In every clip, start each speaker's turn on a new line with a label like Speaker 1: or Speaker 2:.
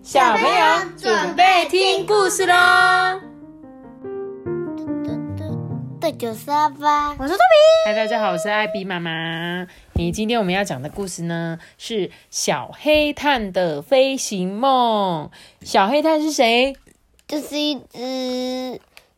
Speaker 1: 小朋友准备听故事咯。
Speaker 2: 对就是阿爸，
Speaker 3: 我是托比。
Speaker 1: 嗨，大家好，我是艾比妈妈。今天我们要讲的故事呢，是小黑炭的飞行梦。小黑炭是谁？
Speaker 2: 就是一只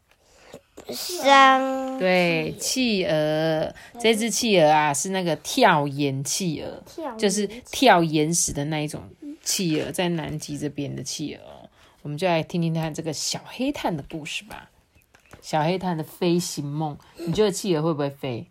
Speaker 1: 对，企鹅。这只企鹅啊，是那个跳岩企鹅，就是跳岩石的那一种企鹅，在南极这边的企鹅哦。我们就来听听看这个小黑炭的故事吧。小黑炭的飞行梦，你觉得企鹅会不会飞？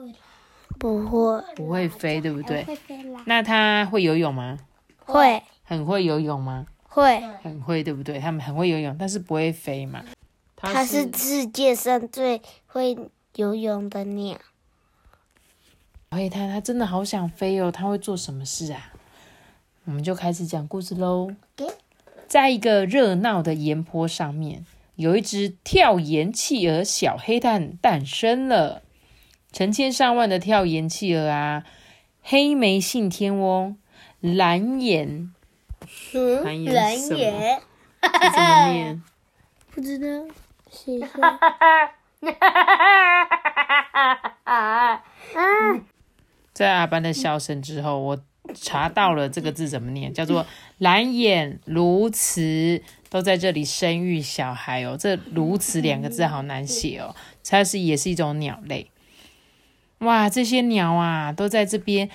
Speaker 2: 不会
Speaker 1: 飞，对不对？
Speaker 2: 会飞啦。
Speaker 1: 那它会游泳吗？
Speaker 2: 会，
Speaker 1: 很会游泳吗？
Speaker 2: 会，
Speaker 1: 很会，对不对？他们很会游泳，但是不会飞嘛。
Speaker 2: 它是世界上最会游泳的鸟。
Speaker 1: 小黑炭它真的好想飞哦，它会做什么事啊？我们就开始讲故事咯。在一个热闹的岩坡上面，有一只跳岩企鹅小黑炭诞生了。成千上万的跳岩企鹅啊，黑眉信天翁、蓝眼是什么？这怎么念？
Speaker 2: 不知道，写一下。
Speaker 1: 在阿班的笑声之后，我查到了这个字怎么念，叫做蓝眼鸬鹚，都在这里生育小孩哦。这鸬鹚两个字好难写哦，它也是一种鸟类。哇，这些鸟啊，都在这边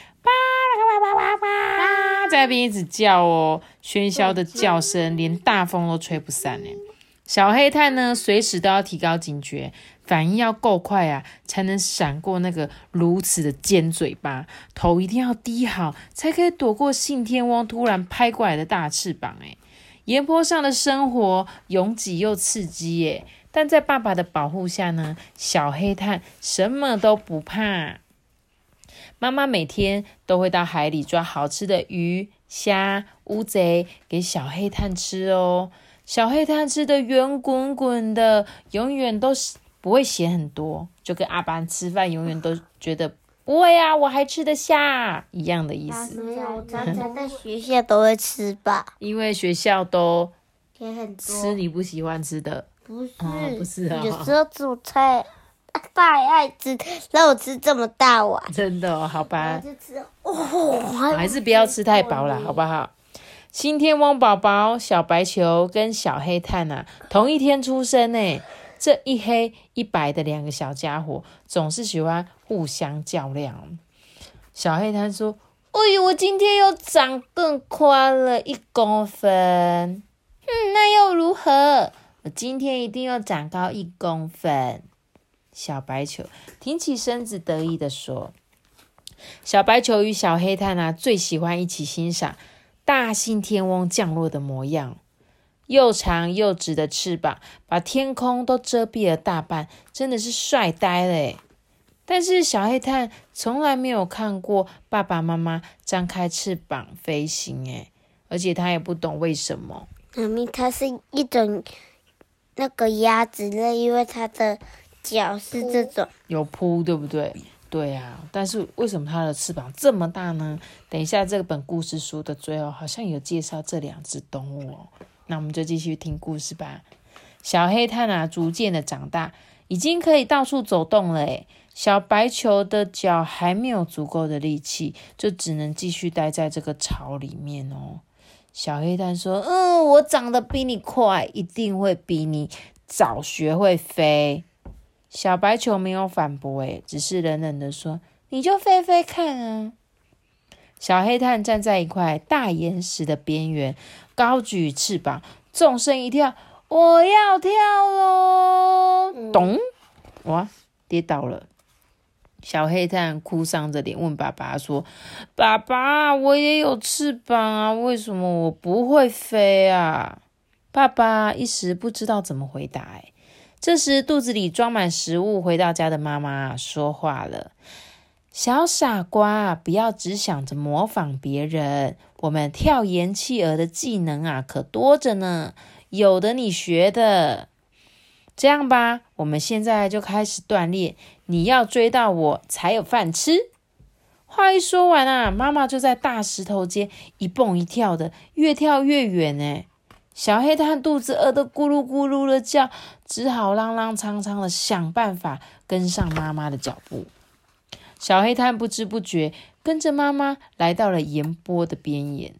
Speaker 1: 在那边一直叫哦，喧嚣的叫声连大风都吹不散呢。小黑炭呢，随时都要提高警觉，反应要够快啊，才能闪过那个鸬鹚的尖嘴巴，头一定要低好，才可以躲过信天翁突然拍过来的大翅膀。岩坡上的生活拥挤又刺激耶，但在爸爸的保护下呢，小黑炭什么都不怕。妈妈每天都会到海里抓好吃的鱼、虾、乌贼给小黑炭吃哦。小黑炭吃的圆滚滚的，永远都不会嫌很多，就跟阿班吃饭永远都觉得不会啊，我还吃得下一样的意思。
Speaker 2: 没有，我常常在学校都会吃吧，
Speaker 1: 因为学校都
Speaker 2: 也很多。
Speaker 1: 吃你不喜欢吃的，
Speaker 2: 不是，
Speaker 1: 不是啊，
Speaker 2: 有时候煮菜太爱吃，让我吃这么大碗，
Speaker 1: 真的哦，好吧，
Speaker 2: 就吃
Speaker 1: 还是不要吃太饱啦，好不好？新天翁宝宝小白球跟小黑炭啊，同一天出生呢。这一黑一白的两个小家伙，总是喜欢互相较量。小黑炭说：“哎呦，我今天又长更宽了1公分。那又如何？我今天一定又长高1公分。”小白球挺起身子，得意地说。小白球与小黑炭啊，最喜欢一起欣赏大信天翁降落的模样。又长又直的翅膀把天空都遮蔽了大半，真的是帅呆了耶。但是小黑炭从来没有看过爸爸妈妈张开翅膀飞行耶，而且他也不懂为什么。
Speaker 2: 妈咪，它是一种那个鸭子类，因为它的脚是这种
Speaker 1: 有扑，对不对？对啊，但是为什么它的翅膀这么大呢？等一下这本故事书的最后好像有介绍这2只动物哦。那我们就继续听故事吧。小黑炭啊，逐渐的长大，已经可以到处走动了耶。小白球的脚还没有足够的力气，就只能继续待在这个巢里面哦。小黑炭说：“我长得比你快，一定会比你早学会飞。”小白球没有反驳，只是冷冷的说：“你就飞飞看啊。”小黑炭站在一块大岩石的边缘，高举翅膀，纵身一跳，我要跳咯！咚！哇，跌倒了。小黑炭哭丧着脸问爸爸说：“爸爸，我也有翅膀啊，为什么我不会飞啊？”爸爸一时不知道怎么回答。这时肚子里装满食物回到家的妈妈说话了：“小傻瓜，不要只想着模仿别人，我们跳岩企鹅的技能啊可多着呢，有的你学的。这样吧，我们现在就开始锻炼，你要追到我才有饭吃。” 话一说完啊，妈妈就在大石头间一蹦一跳的，越跳越远哎。小黑炭肚子饿得咕噜咕噜的叫，只好踉踉跄跄的想办法跟上妈妈的脚步。小黑炭不知不觉跟着妈妈来到了盐波的边缘，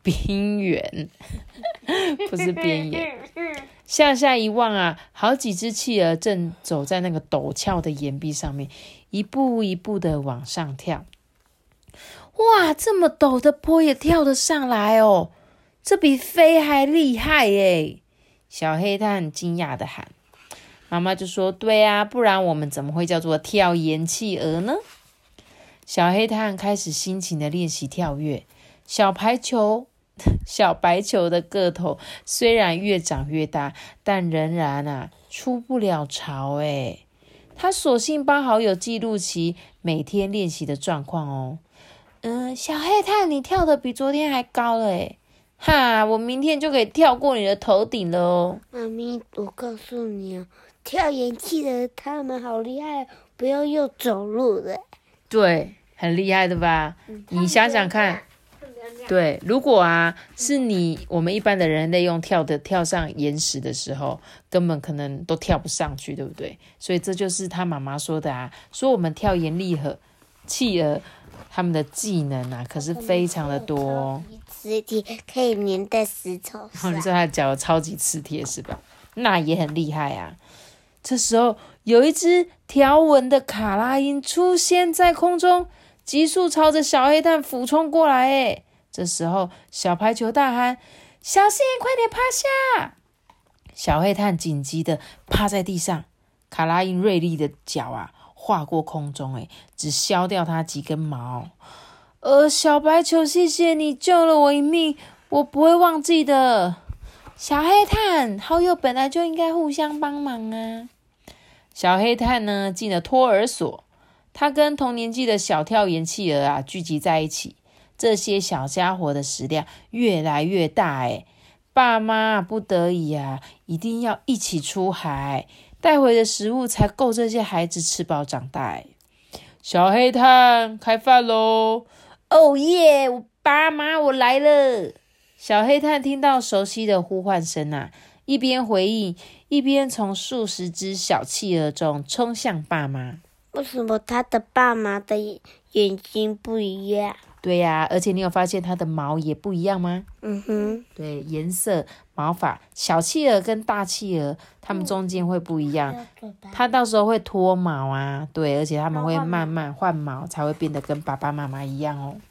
Speaker 1: 不是边缘。向下一望啊，好几只企鹅正走在那个陡峭的岩壁上面，一步一步的往上跳。哇，这么陡的坡也跳得上来哦，这比飞还厉害耶！小黑炭惊讶的喊。妈妈就说，对啊，不然我们怎么会叫做跳岩企鹅呢？小黑炭开始辛勤的练习跳跃。小白球的个头虽然越长越大，但仍然出不了巢诶。他索性帮好友记录起每天练习的状况哦。小黑炭，你跳得比昨天还高了诶。哈，我明天就可以跳过你的头顶了哦。
Speaker 2: 妈咪，我告诉你哦，跳岩气的他们好厉害，不用走路的。
Speaker 1: 对，很厉害的吧？你想想看，对，如果是我们一般的人类用跳上岩石的时候，根本可能都跳不上去，对不对？所以这就是他妈妈说的说我们跳岩企鹅他们的技能可是非常的多哦。
Speaker 2: 磁铁可以粘在石头上。
Speaker 1: 你说他的脚有超级磁铁是吧？那也很厉害啊。这时候有一只条纹的卡拉鹰出现在空中，急速朝着小黑炭俯冲过来诶。这时候小排球大喊，小心，快点趴下。小黑炭紧急的趴在地上，卡拉鹰锐利的脚划过空中只削掉它几根毛。小白球，谢谢你救了我一命，我不会忘记的。小黑炭，好友本来就应该互相帮忙啊。小黑炭呢进了托儿所，他跟同年纪的小跳岩企鹅聚集在一起。这些小家伙的食量越来越大爸妈不得已一定要一起出海，带回的食物才够这些孩子吃饱长大小黑炭，开饭咯！哦耶！我爸妈，我来了！小黑炭听到熟悉的呼唤声一边回应，一边从数十只小企鹅中冲向爸妈。
Speaker 2: 为什么他的爸妈的眼睛不一样？
Speaker 1: 对呀，而且你有发现它的毛也不一样吗？对，颜色、毛发，小企鹅跟大企鹅，它们中间会不一样。它到时候会脱毛对，而且它们会慢慢换毛，才会变得跟爸爸妈妈一样哦。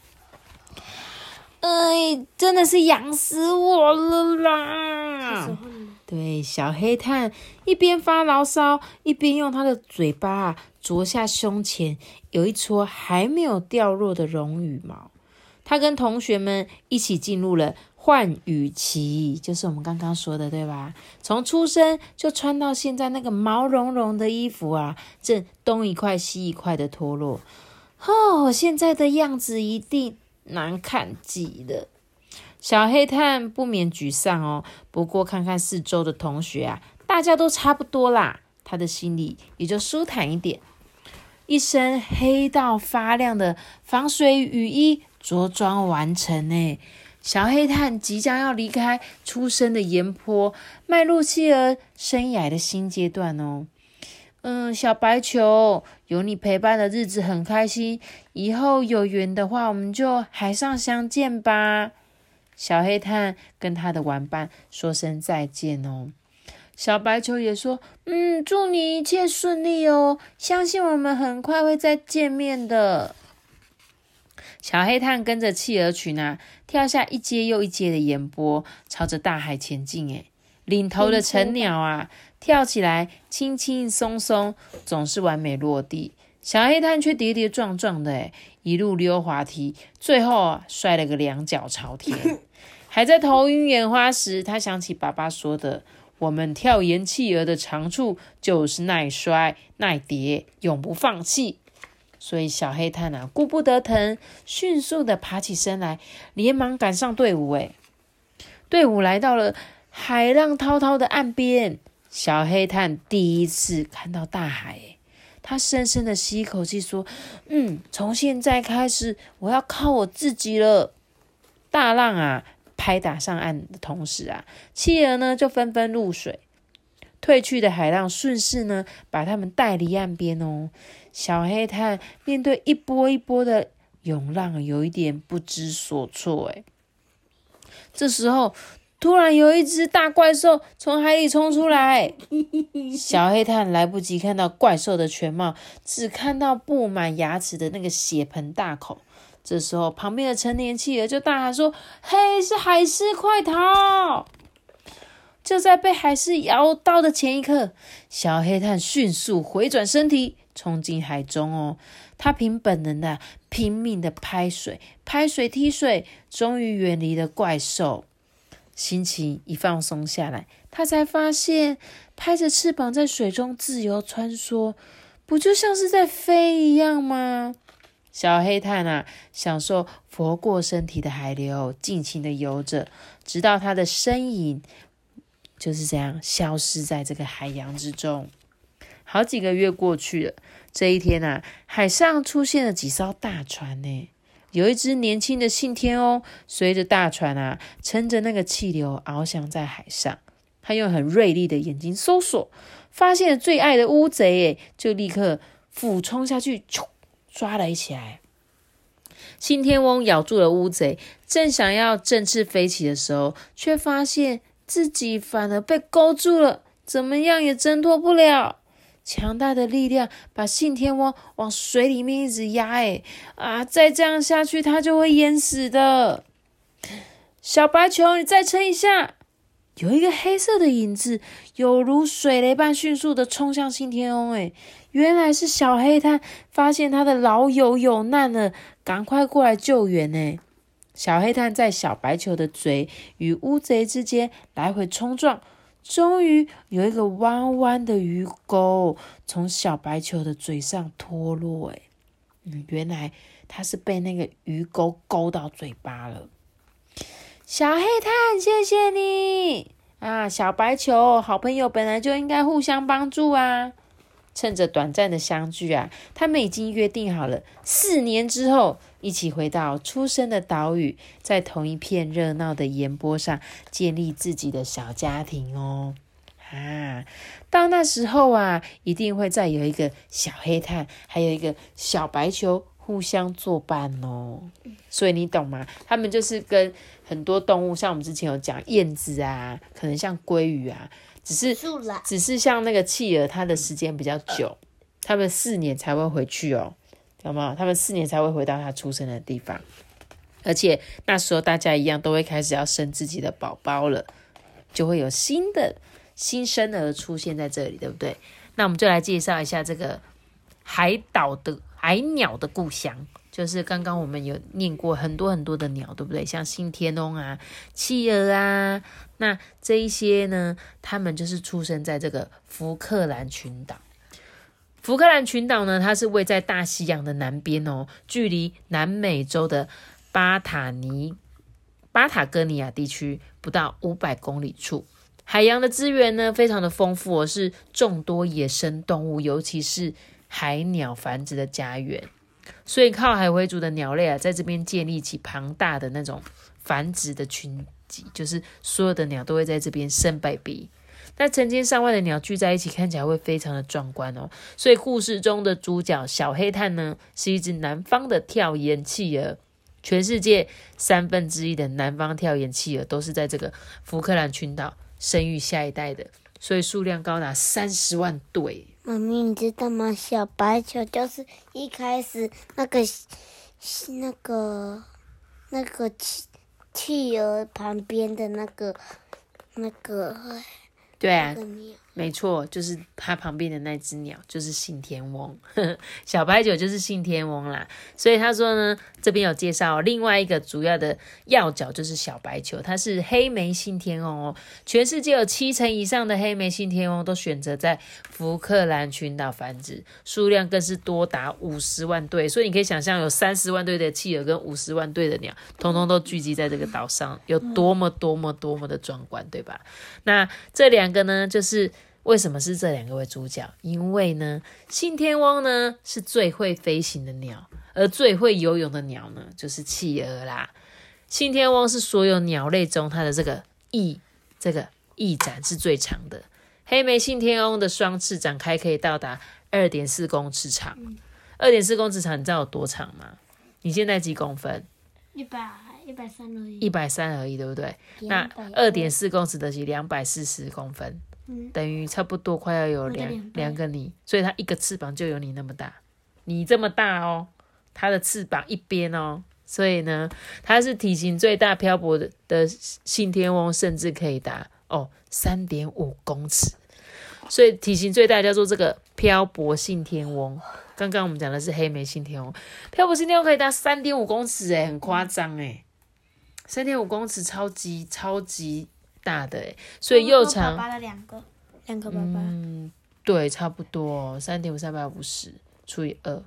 Speaker 1: 真的是痒死我了啦！对，小黑炭一边发牢骚，一边用他的嘴巴啄下胸前有一撮还没有掉落的绒羽毛。他跟同学们一起进入了换羽期，就是我们刚刚说的，对吧？从出生就穿到现在，那个毛茸茸的衣服正东一块西一块的脱落。现在的样子一定难看极了。小黑炭不免沮丧哦，不过看看四周的同学大家都差不多啦，他的心里也就舒坦一点。一身黑到发亮的防水雨衣着装完成小黑炭即将要离开出生的岩坡，迈入企鹅生涯的新阶段哦。小白球，有你陪伴的日子很开心，以后有缘的话，我们就海上相见吧。小黑炭跟他的玩伴说声再见哦。小白球也说，祝你一切顺利哦，相信我们很快会再见面的。小黑炭跟着企鹅群跳下一阶又一阶的岩坡，朝着大海前进领头的成鸟跳起来轻轻松松，总是完美落地。小黑炭却跌跌撞撞的一路溜滑梯，最后摔了个两脚朝天。还在头晕眼花时，他想起爸爸说的，我们跳岩企鹅的长处就是耐摔耐跌，永不放弃。所以小黑炭顾不得疼，迅速的爬起身来，连忙赶上队伍队伍来到了海浪滔滔的岸边。小黑炭第一次看到大海他深深的吸一口气说，从现在开始我要靠我自己了。大浪啊拍打上岸的同时啊，企鹅呢就纷纷入水。退去的海浪顺势呢把他们带离岸边哦。小黑炭面对一波一波的涌浪，有一点不知所措。这时候突然有一只大怪兽从海里冲出来，小黑炭来不及看到怪兽的全貌，只看到布满牙齿的那个血盆大口。这时候旁边的成年企鹅就大喊说，嘿，是海狮，快逃！就在被海狮咬到的前一刻，小黑炭迅速回转身体冲进海中哦。他凭本能的拼命的拍水踢水，终于远离了怪兽。心情一放松下来，他才发现拍着翅膀在水中自由穿梭，不就像是在飞一样吗？小黑炭啊，享受拂过身体的海流，尽情的游着，直到他的身影就是这样消失在这个海洋之中。好几个月过去了，这一天啊，海上出现了几艘大船呢。有一只年轻的信天翁随着大船啊，乘着那个气流翱翔在海上。他用很锐利的眼睛搜索，发现了最爱的乌贼，就立刻俯冲下去，抓了起来。信天翁咬住了乌贼，正想要振翅飞起的时候，却发现自己反而被勾住了，怎么样也挣脱不了。强大的力量把信天翁往水里面一直压，再这样下去他就会淹死的。小白球，你再撑一下。有一个黑色的影子有如水雷般迅速的冲向信天翁，原来是小黑炭发现他的老友有难了，赶快过来救援。小黑炭在小白球的嘴与乌贼之间来回冲撞，终于有一个弯弯的鱼钩从小白球的嘴上脱落。原来他是被那个鱼钩勾到嘴巴了。小黑炭，谢谢你啊！小白球，好朋友本来就应该互相帮助啊。趁着短暂的相聚啊，他们已经约定好了4年之后一起回到出生的岛屿，在同一片热闹的盐波上建立自己的小家庭哦。到那时候啊，一定会再有一个小黑炭，还有一个小白球互相作伴哦。所以你懂吗？他们就是跟很多动物，像我们之前有讲燕子啊，可能像鲑鱼啊，只是像那个企鹅，它的时间比较久，他们4年才会回去哦，有没有？他们4年才会回到他出生的地方，而且那时候大家一样都会开始要生自己的宝宝了，就会有新生儿出现在这里，对不对？那我们就来介绍一下这个海鸟的故乡，就是刚刚我们有念过很多很多的鸟，对不对？像信天翁啊、企鹅啊，那这一些呢，他们就是出生在这个福克兰群岛。福克兰群岛呢，它是位在大西洋的南边哦，距离南美洲的巴塔哥尼亚地区不到500公里处。海洋的资源呢，非常的丰富是众多野生动物，尤其是海鸟繁殖的家园。所以靠海为主的鸟类啊，在这边建立起庞大的那种繁殖的群集，就是所有的鸟都会在这边生 baby。那成千上万的鸟聚在一起，看起来会非常的壮观哦。所以故事中的主角小黑炭呢，是一只南方的跳岩企鹅。全世界1/3的南方跳岩企鹅都是在这个福克兰群岛生育下一代的，所以数量高达30万对。
Speaker 2: 妈咪，你知道吗？小白球就是一开始那个企鹅旁边的那个，
Speaker 1: 对啊，
Speaker 2: 那个鸟。
Speaker 1: 没错，就是它旁边的那只鸟就是信天翁，小白球就是信天翁啦。所以他说呢，这边有介绍另外一个主要的要角就是小白球，它是黑莓信天翁哦。全世界有70%以上的黑莓信天翁都选择在福克兰群岛繁殖，数量更是多达50万对。所以你可以想象，有30万对的企鹅跟50万对的鸟，通通都聚集在这个岛上，有多么的壮观，对吧？那这两个呢，就是为什么是这2个为主角？因为呢，信天翁呢是最会飞行的鸟，而最会游泳的鸟呢就是企鹅啦。信天翁是所有鸟类中它的这个翼展是最长的。黑莓信天翁的双翅展开可以到达 2.4 公尺长。2.4 公尺长，你知道有多长吗？你现在几公分
Speaker 2: 130而已。
Speaker 1: 130而已，对不对？那 2.4 公尺的是240公分，等于差不多快要有两个你，所以它一个翅膀就有你那么大，你这么大哦，它的翅膀一边哦，所以呢，它是体型最大漂泊的信天翁，甚至可以达3.5 公尺，所以体型最大叫做这个漂泊信天翁。刚刚我们讲的是黑莓信天翁，漂泊信天翁可以达 3.5 公尺耶，很夸张耶， 3.5 公尺超级大的耶，所以又长
Speaker 2: 爸爸的两个爸爸，
Speaker 1: 对，差不多3.5 350除以2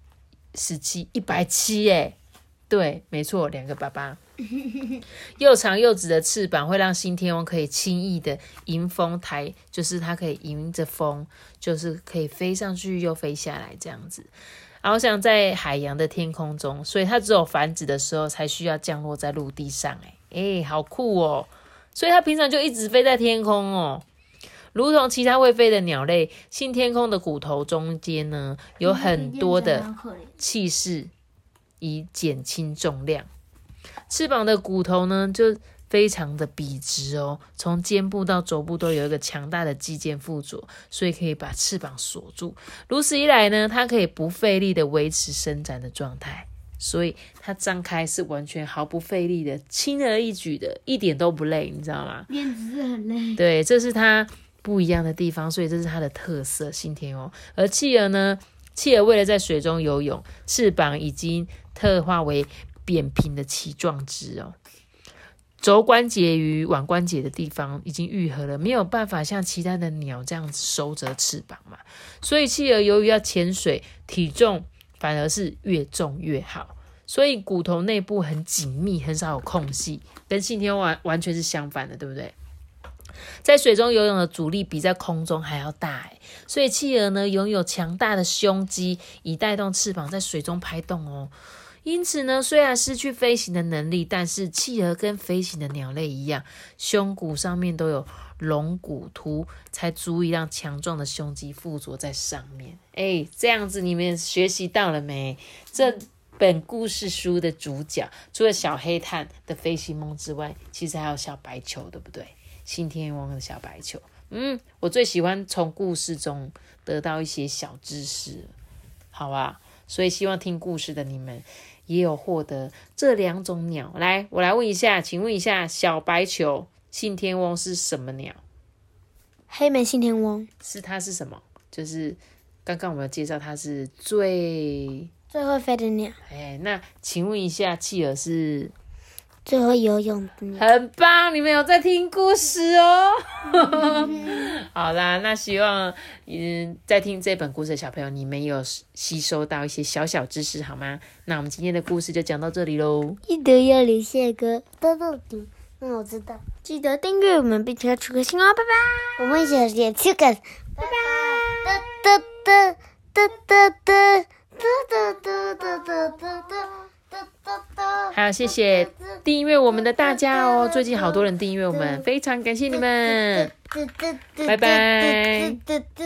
Speaker 1: 17 170耶，对，没错，2个爸爸。又长又直的翅膀会让信天翁可以轻易的迎风抬，就是它可以迎着风，就是可以飞上去又飞下来这样子。翱翔在海洋的天空中，所以它只有繁殖的时候才需要降落在陆地上。好酷哦！所以它平常就一直飞在天空哦。如同其他会飞的鸟类，信天翁的骨头中间呢有很多的气室，以减轻重量。翅膀的骨头呢就非常的笔直哦，从肩部到肘部都有一个强大的肌腱附着，所以可以把翅膀锁住。如此一来呢，它可以不费力的维持伸展的状态，所以它张开是完全毫不费力的，轻而易举的，一点都不累，你知道吗？
Speaker 2: 练只是很累。
Speaker 1: 对，这是它不一样的地方，所以这是它的特色，信天翁。而企鹅呢？企鹅为了在水中游泳，翅膀已经特化为扁平的鳍状肢哦，肘关节与腕关节的地方已经愈合了，没有办法像其他的鸟这样子收着翅膀嘛，所以企鹅由于要潜水，体重反而是越重越好，所以骨头内部很紧密，很少有空隙，跟信天翁完全是相反的，对不对？在水中游泳的阻力比在空中还要大，所以企鹅呢拥有强大的胸肌，以带动翅膀在水中拍动哦。因此呢，虽然失去飞行的能力，但是企鹅跟飞行的鸟类一样，胸骨上面都有龙骨突，才足以让强壮的胸肌附着在上面。这样子你们学习到了没？这本故事书的主角，除了小黑炭的飞行梦之外，其实还有小白球，对不对？信天翁的小白球。我最喜欢从故事中得到一些小知识，好吧？所以希望听故事的你们也有获得这2种鸟。来，我来问一下，请问一下，小白球信天翁是什么鸟？
Speaker 2: 黑莓信天翁
Speaker 1: 它是什么？就是刚刚我们有介绍它是最
Speaker 2: 会飞的鸟。
Speaker 1: 那请问一下，企鹅是
Speaker 2: 最会游泳的鸟。
Speaker 1: 很棒，你们有在听故事哦。好啦，那希望在听这本故事的小朋友，你们有吸收到一些小小知识好吗？那我们今天的故事就讲到这里咯。
Speaker 2: 记得要留下个豆豆读，那我知道。记得订阅我们，并且要出个心哦，拜拜。我们一起也出个，拜拜。哒哒哒哒哒哒哒哒哒哒哒。
Speaker 1: 还有谢谢订阅我们的大家哦，最近好多人订阅我们，非常感谢你们，拜拜。